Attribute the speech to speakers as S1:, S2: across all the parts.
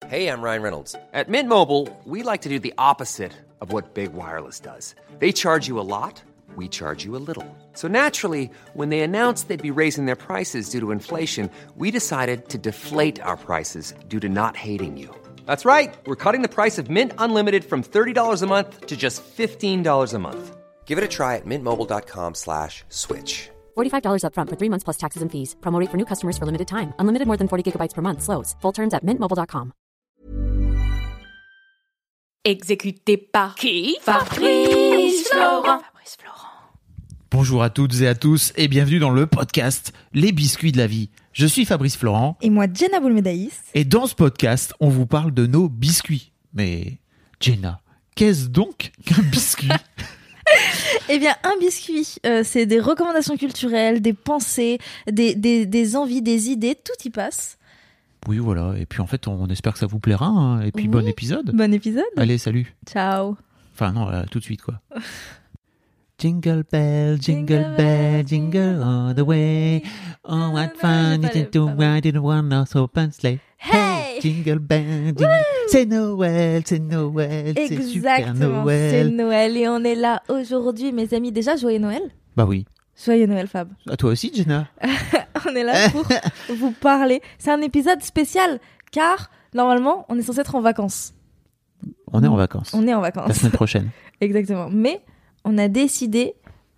S1: Hey, I'm Ryan Reynolds. At Mint Mobile, we like to do the opposite of what Big Wireless does. They charge you a lot, we charge you a little. So naturally, when they announced they'd be raising their prices due to inflation, we decided to deflate our prices due to not hating you. That's right. We're cutting the price of Mint Unlimited from $30 a month to just $15 a month. Give it a try at mintmobile.com/switch.
S2: $45 up front for 3 months plus taxes and fees. Promo rate for new customers for limited time. Unlimited more than 40 gigabytes per month. Slows full terms at mintmobile.com.
S3: Exécuté par qui? Fabrice Florent.
S4: Bonjour à toutes et à tous et bienvenue dans le podcast Les Biscuits de la Vie. Je suis Fabrice Florent.
S5: Et moi, Jenna Boulmedaïs.
S4: Et dans ce podcast, on vous parle de nos biscuits. Mais Jenna, qu'est-ce donc qu'un biscuit?
S5: Eh bien, un biscuit, c'est des recommandations culturelles, des pensées, des envies, des idées, tout y passe.
S4: Oui, voilà. Et puis en fait, on espère que ça vous plaira. Hein. Et puis
S5: Oui.
S4: bon épisode.
S5: Bon épisode.
S4: Allez, salut.
S5: Ciao.
S4: Enfin non, tout de suite quoi. Jingle bell, jingle all the way. Oh, what fun it is to ride in a one-horse open sleigh.
S5: Hey!
S4: Jingle bell, jingle... C'est Noël, c'est super
S5: Exactement,
S4: Noël.
S5: c'est Noël et on est là aujourd'hui, mes amis. Déjà, joyeux Noël.
S4: Bah oui.
S5: Joyeux Noël, Fab.
S4: À toi aussi, Jenna.
S5: On est là pour vous parler. C'est un épisode spécial, car normalement, on est censé être en vacances.
S4: On est en vacances.
S5: On est en
S4: La
S5: vacances.
S4: semaine prochaine.
S5: Exactement. Mais on a décidé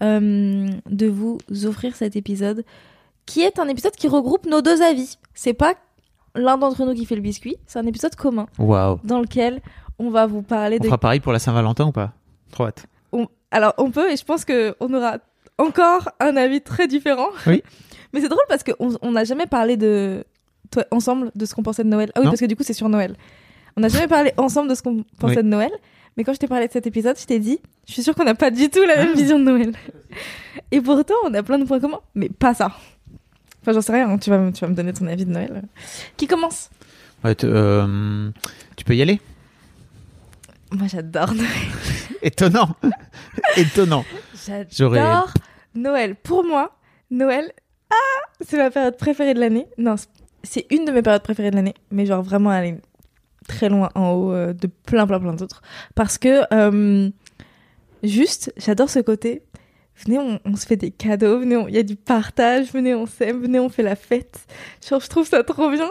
S5: de vous offrir cet épisode, qui est un épisode qui regroupe nos deux avis. C'est pas l'un d'entre nous qui fait le biscuit, c'est un épisode commun
S4: Waouh.
S5: dans lequel on va vous parler
S4: On
S5: de...
S4: fera pareil pour la Saint-Valentin ou pas? Trop hâte.
S5: Alors on peut, et je pense qu'on aura encore un avis très différent.
S4: Oui.
S5: Mais c'est drôle parce qu'on n'a jamais parlé ensemble de ce qu'on pensait de Noël. Ah oui,
S4: Non.
S5: parce que du coup c'est sur Noël. On n'a jamais parlé ensemble de ce qu'on pensait
S4: Oui.
S5: de Noël. Mais quand je t'ai parlé de cet épisode, je t'ai dit, je suis sûre qu'on n'a pas du tout la même vision de Noël. Et pourtant, on a plein de points communs, mais pas ça. Enfin, j'en sais rien, hein, tu vas me donner ton avis de Noël. Qui commence?
S4: Ouais, tu peux y aller?
S5: Moi, j'adore Noël.
S4: Étonnant. Étonnant.
S5: J'adore Noël. Pour moi, Noël, c'est ma période préférée de l'année. Non, c'est une de mes périodes préférées de l'année, mais genre vraiment aller très loin en haut de plein d'autres. Parce que, juste, j'adore ce côté. Venez, on se fait des cadeaux, venez, il y a du partage, venez, on s'aime, venez, on fait la fête. Genre, je trouve ça trop bien.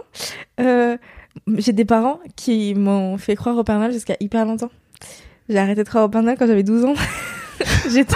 S5: J'ai des parents qui m'ont fait croire au Père Noël jusqu'à hyper longtemps. J'ai arrêté de croire au Père Noël quand j'avais 12 ans. J'étais...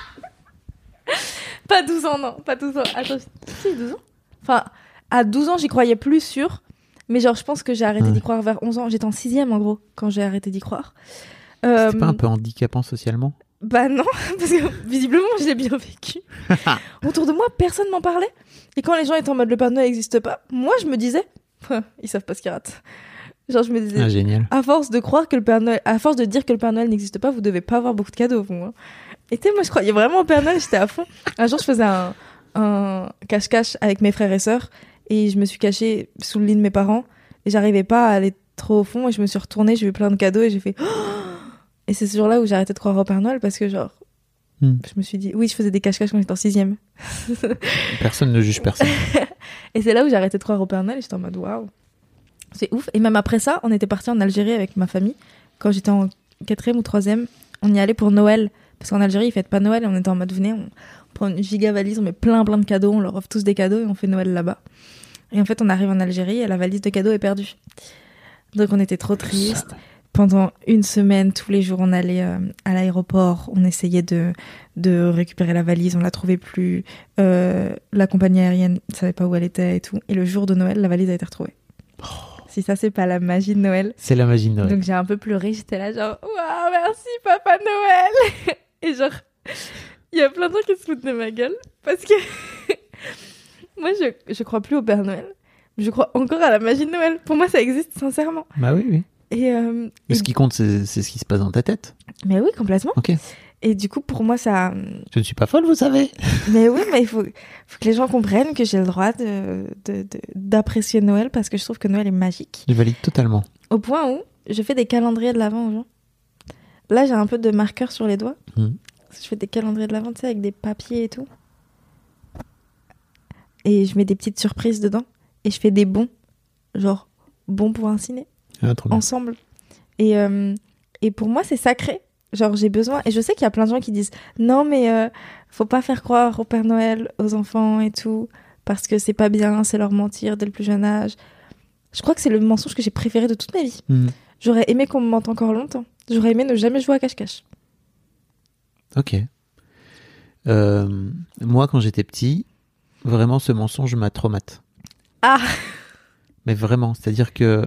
S5: Pas 12 ans, non, pas 12 ans. Attends, si, 12 ans. Enfin, à 12 ans, j'y croyais plus sûr. Mais genre, je pense que j'ai arrêté d'y croire vers 11 ans. J'étais en 6e, en gros, quand j'ai arrêté d'y croire.
S4: C'était pas un peu handicapant socialement?
S5: Bah non, parce que visiblement, je l'ai bien vécu. Autour de moi, personne m'en parlait. Et quand les gens étaient en mode le Père Noël n'existe pas, moi, je me disais, ils savent pas ce qu'ils ratent. Genre, je me disais,
S4: Génial.
S5: à force de croire que le Père Noël, à force de dire que le Père Noël n'existe pas, vous devez pas avoir beaucoup de cadeaux, vous. Hein. Et tu sais, moi, je croyais vraiment au Père Noël, j'étais à fond. Un jour, je faisais un cache-cache avec mes frères et sœurs, et je me suis cachée sous le lit de mes parents, et j'arrivais pas à aller trop au fond, et je me suis retournée, j'ai vu plein de cadeaux, et j'ai fait... Et c'est ce jour-là où j'ai arrêté de croire au Père Noël, parce que genre, je me suis dit... Oui, je faisais des cache-caches quand j'étais en 6e.
S4: Personne ne juge personne.
S5: Et c'est là où j'ai arrêté de croire au Père Noël, et j'étais en mode waouh. C'est ouf. Et même après ça, on était partis en Algérie avec ma famille. Quand j'étais en 4e ou 3e, on y allait pour Noël. Parce qu'en Algérie, ils fêtent pas Noël. Et on était en mode, venez, on prend une giga valise, on met plein de cadeaux, on leur offre tous des cadeaux et on fait Noël là-bas. Et en fait, on arrive en Algérie et la valise de cadeaux est perdue. Donc on était trop tristes. Pendant une semaine, tous les jours, on allait à l'aéroport. On essayait de récupérer la valise. On la trouvait plus. La compagnie aérienne ne savait pas où elle était et tout. Et le jour de Noël, la valise a été retrouvée. Si ça, c'est pas la magie de Noël.
S4: C'est la magie de Noël.
S5: Donc j'ai un peu pleuré, j'étais là genre waouh, merci Papa Noël. Et genre il y a plein de gens qui se foutent de ma gueule parce que moi je crois plus au Père Noël, mais je crois encore à la magie de Noël. Pour moi ça existe sincèrement.
S4: Bah oui.
S5: Et
S4: ce qui compte c'est ce qui se passe dans ta tête.
S5: Mais oui, complètement.
S4: Ok.
S5: Et du coup, pour moi, ça...
S4: Je ne suis pas folle, vous savez.
S5: Mais oui, mais il faut que les gens comprennent que j'ai le droit d'apprécier Noël parce que je trouve que Noël est magique.
S4: Je valide totalement.
S5: Au point où je fais des calendriers de l'Avent aux gens. Là, j'ai un peu de marqueur sur les doigts. Je fais des calendriers de l'Avent, tu sais, avec des papiers et tout. Et je mets des petites surprises dedans. Et je fais des bons. Genre, bons pour un ciné.
S4: Ah, trop bien.
S5: ensemble. Et pour moi, c'est sacré. Genre, j'ai besoin. Et je sais qu'il y a plein de gens qui disent non, mais faut pas faire croire au Père Noël, aux enfants et tout, parce que c'est pas bien, c'est leur mentir dès le plus jeune âge. Je crois que c'est le mensonge que j'ai préféré de toute ma vie. J'aurais aimé qu'on me mente encore longtemps. J'aurais aimé ne jamais jouer à cache-cache.
S4: Ok. Moi, quand j'étais petit, vraiment, ce mensonge m'a traumatisé.
S5: Ah.
S4: Mais vraiment, c'est-à-dire que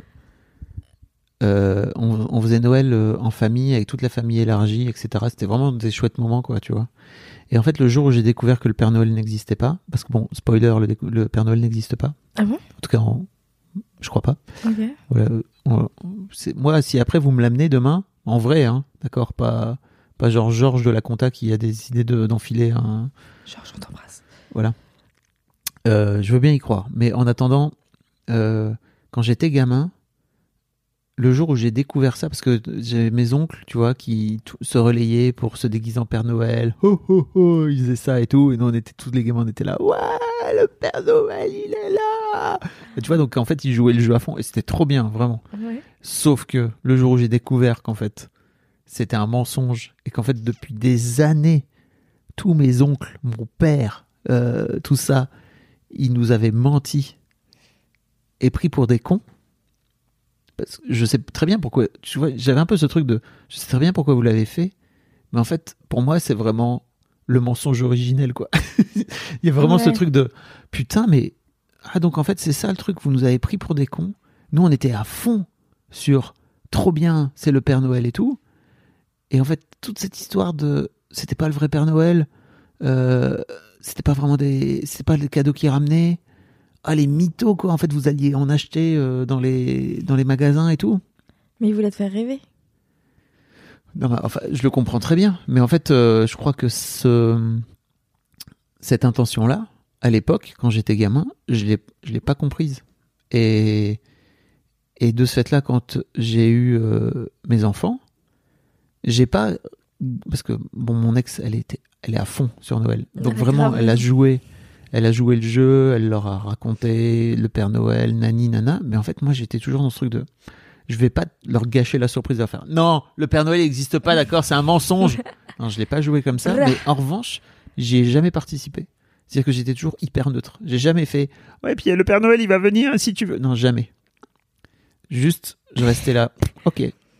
S4: on faisait Noël en famille, avec toute la famille élargie, etc. C'était vraiment des chouettes moments, quoi, tu vois. Et en fait, le jour où j'ai découvert que le Père Noël n'existait pas, parce que bon, spoiler, le Père Noël n'existe pas.
S5: Ah bon ?
S4: En tout cas, je crois pas.
S5: Ok.
S4: Voilà, moi, si après vous me l'amenez demain, en vrai, hein, d'accord, pas genre Georges de la Compta qui a des idées d'enfiler un...
S5: Georges, on t'embrasse.
S4: Voilà. Je veux bien y croire. Mais en attendant, quand j'étais gamin, le jour où j'ai découvert ça, parce que j'ai mes oncles, tu vois, qui se relayaient pour se déguiser en Père Noël. Ho, ho, ho, ils faisaient ça et tout. Et nous, on était tous les gamins, on était là. Ouais, le Père Noël, il est là. Et tu vois, donc en fait, ils jouaient le jeu à fond. Et c'était trop bien, vraiment.
S5: Ouais.
S4: Sauf que le jour où j'ai découvert qu'en fait, c'était un mensonge. Et qu'en fait, depuis des années, tous mes oncles, mon père, tout ça, ils nous avaient menti et pris pour des cons. Parce que je sais très bien pourquoi, tu vois, j'avais un peu ce truc de, je sais très bien pourquoi vous l'avez fait, mais en fait, pour moi, c'est vraiment le mensonge originel, quoi. Il y a vraiment ce truc de, putain, mais, donc en fait, c'est ça le truc, vous nous avez pris pour des cons. Nous, on était à fond sur, trop bien, c'est le Père Noël et tout. Et en fait, toute cette histoire de, c'était pas le vrai Père Noël, c'était pas vraiment c'était pas le cadeau qui ramenait. Ah, les mythos, quoi. En fait, vous alliez en acheter dans les magasins et tout.
S5: Mais il voulait te faire rêver.
S4: Non, enfin, je le comprends très bien. Mais en fait, je crois que cette intention-là, à l'époque, quand j'étais gamin, je l'ai pas comprise. Et de ce fait-là, quand j'ai eu mes enfants, j'ai pas... Parce que, bon, mon ex, elle est à fond sur Noël. Donc vraiment, elle a joué le jeu, elle leur a raconté le Père Noël, nani, nana. Mais en fait, moi, j'étais toujours dans ce truc de... Je vais pas leur gâcher la surprise de leur faire « Non, le Père Noël n'existe pas, d'accord, c'est un mensonge !» Non, je l'ai pas joué comme ça. Mais en revanche, j'y ai jamais participé. C'est-à-dire que j'étais toujours hyper neutre. J'ai jamais fait « Ouais, puis le Père Noël, il va venir si tu veux. » Non, jamais. Juste, je restais là. Ok.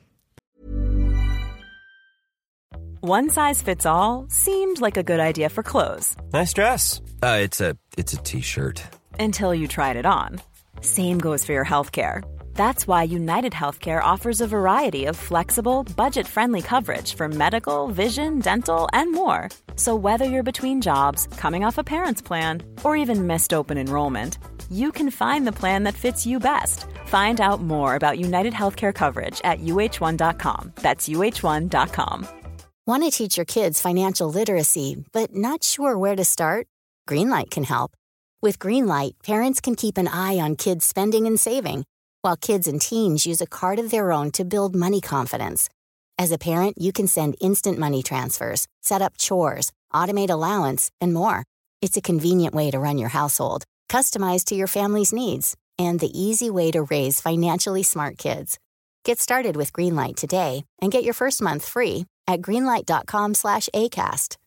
S6: One size fits all seemed like a good idea for clothes.
S7: Nice dress. It's a t-shirt.
S6: Until you tried it on. Same goes for your healthcare. That's why United Healthcare offers a variety of flexible, budget-friendly coverage for medical, vision, dental, and more. So whether you're between jobs, coming off a parent's plan, or even missed open enrollment, you can find the plan that fits you best. Find out more about United Healthcare coverage at uh1.com. That's uh1.com.
S8: Want to teach your kids financial literacy, but not sure where to start? Greenlight can help. With Greenlight, parents can keep an eye on kids' spending and saving, while kids and teens use a card of their own to build money confidence. As a parent, you can send instant money transfers, set up chores, automate allowance, and more. It's a convenient way to run your household, customized to your family's needs, and the easy way to raise financially smart kids. Get started with Greenlight today and get your first month free at greenlight.com/ACAST.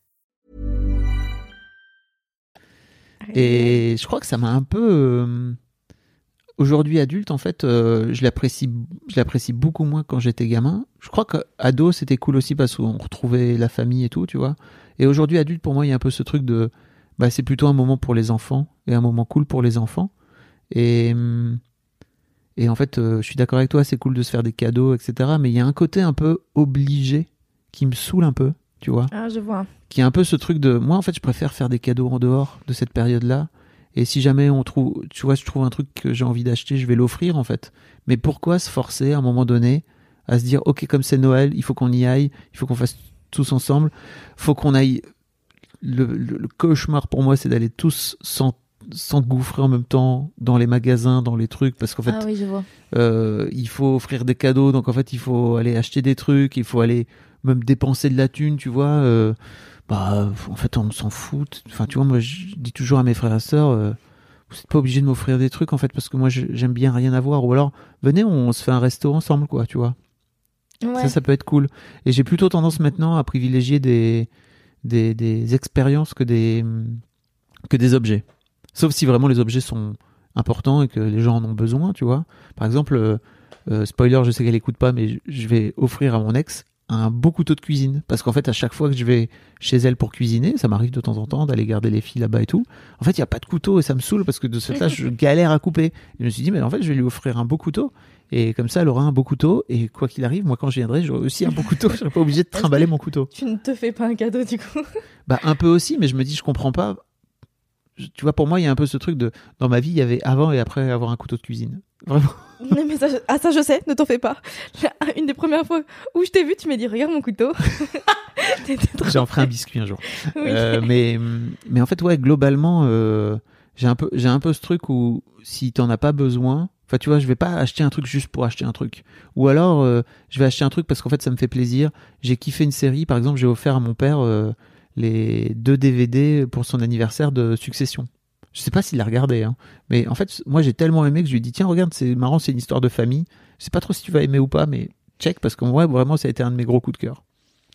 S4: Et je crois que ça m'a un peu... Aujourd'hui, adulte, en fait, je l'apprécie beaucoup moins quand j'étais gamin. Je crois qu'ado, c'était cool aussi parce qu'on retrouvait la famille et tout, tu vois. Et aujourd'hui, adulte, pour moi, il y a un peu ce truc de... Bah, c'est plutôt un moment pour les enfants et un moment cool pour les enfants. Et en fait, je suis d'accord avec toi, c'est cool de se faire des cadeaux, etc. Mais il y a un côté un peu obligé qui me saoule un peu, tu vois.
S5: Ah, je vois.
S4: Qui est un peu ce truc de... Moi, en fait, je préfère faire des cadeaux en dehors de cette période-là. Et si jamais on trouve... Tu vois, je trouve un truc que j'ai envie d'acheter, je vais l'offrir, en fait. Mais pourquoi se forcer, à un moment donné, à se dire, OK, comme c'est Noël, il faut qu'on y aille, il faut qu'on fasse tous ensemble, faut qu'on aille... Le cauchemar pour moi, c'est d'aller tous s'engouffrer en même temps dans les magasins, dans les trucs, parce qu'en fait,
S5: ah oui, je vois.
S4: Il faut offrir des cadeaux, donc en fait, il faut aller acheter des trucs, il faut aller même dépenser de la thune, tu vois. En fait, on s'en fout. Enfin, tu vois, moi, je dis toujours à mes frères et sœurs, vous n'êtes pas obligé de m'offrir des trucs en fait parce que moi j'aime bien rien avoir, ou alors venez on se fait un resto ensemble quoi, tu vois.
S5: Ouais.
S4: Ça peut être cool. Et j'ai plutôt tendance maintenant à privilégier des expériences que des objets. Sauf si vraiment les objets sont importants et que les gens en ont besoin, tu vois. Par exemple, spoiler, je sais qu'elle écoute pas, mais je vais offrir à mon ex un beau couteau de cuisine. Parce qu'en fait, à chaque fois que je vais chez elle pour cuisiner, ça m'arrive de temps en temps d'aller garder les filles là-bas et tout. En fait, il n'y a pas de couteau et ça me saoule parce que de ce fait-là, je galère à couper. Et je me suis dit, mais en fait, je vais lui offrir un beau couteau. Et comme ça, elle aura un beau couteau. Et quoi qu'il arrive, moi, quand je viendrai, j'aurai aussi un beau couteau. Je serai pas obligé de trimballer mon couteau.
S5: Tu ne te fais pas un cadeau, du coup.
S4: Bah, un peu aussi, mais je me dis, je comprends pas. Tu vois, pour moi, il y a un peu ce truc de. Dans ma vie, il y avait avant et après avoir un couteau de cuisine. Vraiment.
S5: Mais ça, ça, je sais, ne t'en fais pas. Une des premières fois où je t'ai vu, tu m'as dit, regarde mon couteau.
S4: J'en ferai un biscuit un jour.
S5: Oui.
S4: Mais en fait, ouais, globalement, j'ai un peu ce truc où si t'en as pas besoin, enfin, tu vois, je vais pas acheter un truc juste pour acheter un truc. Ou alors, je vais acheter un truc parce qu'en fait, ça me fait plaisir. J'ai kiffé une série, par exemple, j'ai offert à mon père les 2 DVD pour son anniversaire de Succession. Je sais pas s'il l'a regardé, hein. Mais en fait, moi j'ai tellement aimé que je lui ai dit tiens, regarde, c'est marrant, c'est une histoire de famille. Je sais pas trop si tu vas aimer ou pas, mais check, parce que moi, vraiment, ça a été un de mes gros coups de cœur.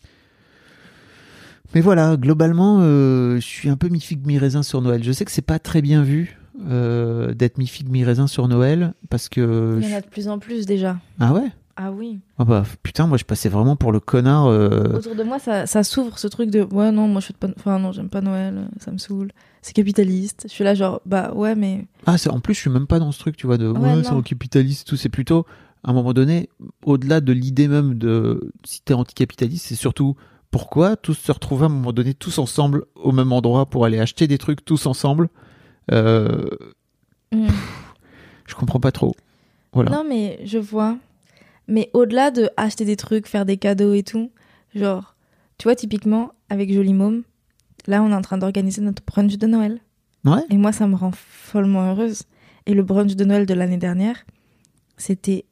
S4: Mais voilà, globalement, je suis un peu mi-figue, mi-raisin sur Noël. Je sais que c'est pas très bien vu d'être mi-figue, mi-raisin sur Noël, parce que.
S5: Il y en a de plus en plus déjà.
S4: Ah ouais?
S5: Ah oui.
S4: Ah bah putain, moi je passais vraiment pour le connard.
S5: Autour de moi, ça s'ouvre ce truc de ouais, non, moi je fais pas. Enfin, non, j'aime pas Noël, ça me saoule. C'est capitaliste. Je suis là, genre, bah ouais, mais.
S4: Ah, en plus, je suis même pas dans ce truc, tu vois, de ouais, c'est anticapitaliste, tout. C'est plutôt, à un moment donné, au-delà de l'idée même de si t'es anticapitaliste, c'est surtout pourquoi tous se retrouver à un moment donné tous ensemble au même endroit pour aller acheter des trucs tous ensemble. Je comprends pas trop. Voilà.
S5: Non, mais je vois. Mais au-delà de acheter des trucs, faire des cadeaux et tout, genre, tu vois, typiquement, avec Jolie Môme, là, on est en train d'organiser notre brunch de Noël.
S4: Ouais.
S5: Et moi, ça me rend follement heureuse. Et le brunch de Noël de l'année dernière, c'était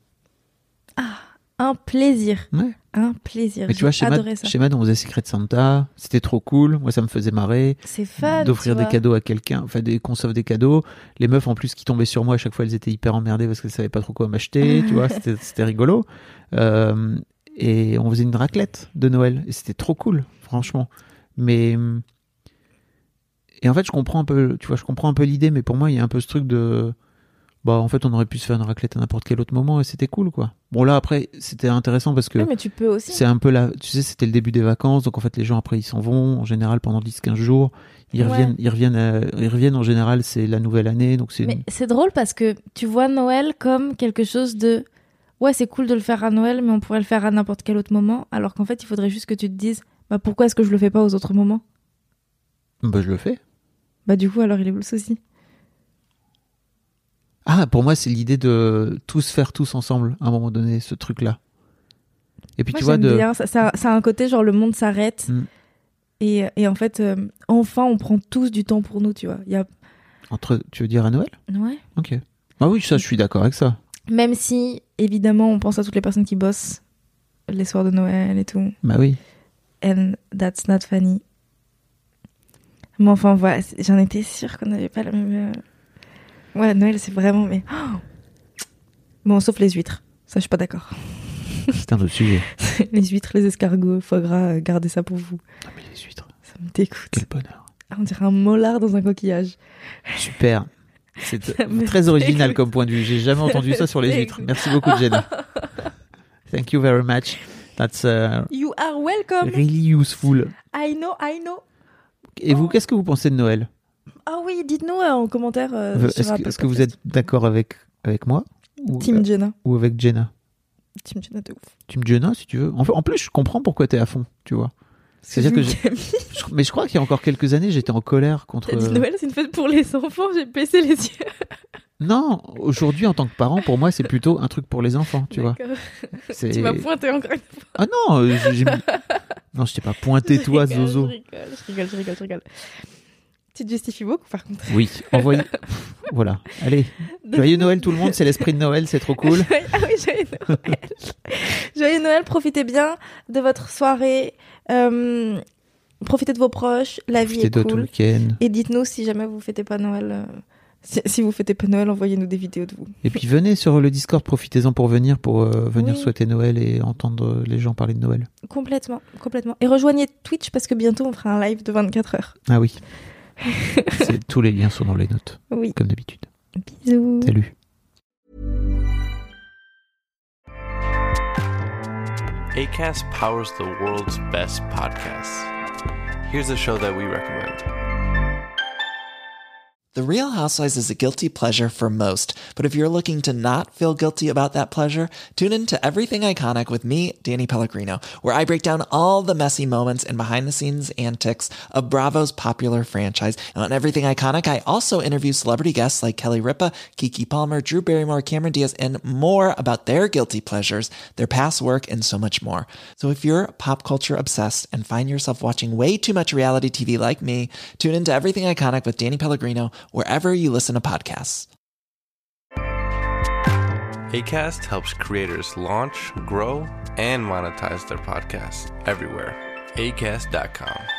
S5: un plaisir.
S4: Ouais.
S5: Un plaisir.
S4: Mais tu vois,
S5: J'ai adoré ça.
S4: chez Mad, on faisait Secret Santa, c'était trop cool. Moi, ça me faisait marrer.
S5: C'est fun.
S4: D'offrir
S5: tu
S4: des
S5: vois.
S4: cadeaux à quelqu'un, enfin, qu'on s'offre des cadeaux. Les meufs, en plus, qui tombaient sur moi, à chaque fois, elles étaient hyper emmerdées parce qu'elles savaient pas trop quoi m'acheter, tu vois, c'était rigolo. Et on faisait une raclette de Noël. Et c'était trop cool, franchement. Mais. Et en fait, je comprends un peu l'idée, mais pour moi, il y a un peu ce truc de. Bah, en fait, on aurait pu se faire une raclette à n'importe quel autre moment et c'était cool, quoi. Bon, là, après, c'était intéressant parce que.
S5: Oui, mais tu peux aussi.
S4: C'est un peu tu sais, c'était le début des vacances, donc en fait, les gens, après, ils s'en vont, en général, pendant 10-15 jours. Ils reviennent, en général, c'est la nouvelle année, donc c'est.
S5: Mais c'est drôle parce que tu vois Noël comme quelque chose de. Ouais, c'est cool de le faire à Noël, mais on pourrait le faire à n'importe quel autre moment, alors qu'en fait, il faudrait juste que tu te dises, bah, pourquoi est-ce que je le fais pas aux autres moments?
S4: Bah, je le fais.
S5: Bah, du coup, alors il est où le souci?
S4: Ah, pour moi, c'est l'idée de tous faire tous ensemble, à un moment donné, ce truc-là. Et puis,
S5: moi,
S4: tu vois,
S5: j'aime bien. Ça a un côté, genre, le monde s'arrête. Et en fait, enfin, on prend tous du temps pour nous, tu vois.
S4: Tu veux dire à Noël?
S5: Ouais.
S4: Ok. Ah oui, ça, je suis d'accord avec ça.
S5: Même si, évidemment, on pense à toutes les personnes qui bossent les soirs de Noël et tout.
S4: Bah oui.
S5: And that's not funny. Mais enfin, voilà, j'en étais sûre qu'on n'avait pas la même... Ouais, Noël, c'est vraiment... Mais... Bon, sauf les huîtres. Ça, je suis pas d'accord.
S4: C'est un autre sujet.
S5: Les huîtres, les escargots, foie gras, gardez ça pour vous.
S4: Ah, mais les huîtres.
S5: Ça me dégoûte.
S4: Quel bonheur.
S5: On dirait un mollard dans un coquillage.
S4: Super. C'est très original comme point de vue. J'ai jamais entendu ça sur les huîtres. Merci beaucoup, Jenna. Thank you very much. That's
S5: You are welcome.
S4: really useful.
S5: I know.
S4: Et vous, qu'est-ce que vous pensez de Noël?
S5: Ah oui, dites-nous en commentaire.
S4: Est-ce que vous êtes d'accord avec moi
S5: Team Jenna.
S4: Ou avec Jenna?
S5: Team Jenna de ouf.
S4: Team Jenna, si tu veux. En plus, je comprends pourquoi t'es à fond, tu vois. C'est-à-dire que mais je crois qu'il y a encore quelques années, j'étais en colère contre...
S5: T'as dit Noël, c'est une fête pour les enfants, j'ai baissé les yeux.
S4: Non, aujourd'hui, en tant que parent, pour moi, c'est plutôt un truc pour les enfants, tu vois.
S5: Tu m'as pointé encore une fois.
S4: Ah non, non, je t'ai pas pointé, toi, Zozo.
S5: Je rigole. Tu te justifies beaucoup, par contre.
S4: Oui, envoyez... Voilà, allez. Joyeux Noël, tout le monde, c'est l'esprit de Noël, c'est trop cool.
S5: Ah oui, joyeux Noël. Joyeux Noël, profitez bien de votre soirée. Profitez de vos proches, la vie est cool.
S4: Profitez de votre week-end.
S5: Et dites-nous si jamais vous fêtez pas Noël Si vous fêtez pas Noël, envoyez-nous des vidéos de vous.
S4: Et puis venez sur le Discord, profitez-en pour venir
S5: Oui.
S4: souhaiter Noël et entendre les gens parler de Noël.
S5: Complètement. Et rejoignez Twitch parce que bientôt on fera un live de 24 heures.
S4: Ah oui. Tous les liens sont dans les notes,
S5: Oui.
S4: comme d'habitude.
S5: Bisous.
S4: Salut.
S9: Acast powers the world's best podcasts. Here's a show that we recommend.
S10: The Real Housewives is a guilty pleasure for most, but if you're looking to not feel guilty about that pleasure, tune in to Everything Iconic with me, Danny Pellegrino, where I break down all the messy moments and behind-the-scenes antics of Bravo's popular franchise. And on Everything Iconic, I also interview celebrity guests like Kelly Ripa, Keke Palmer, Drew Barrymore, Cameron Diaz, and more about their guilty pleasures, their past work, and so much more. So if you're pop culture obsessed and find yourself watching way too much reality TV like me, tune in to Everything Iconic with Danny Pellegrino, wherever you listen to podcasts.
S9: Acast helps creators launch, grow, and monetize their podcasts everywhere. Acast.com.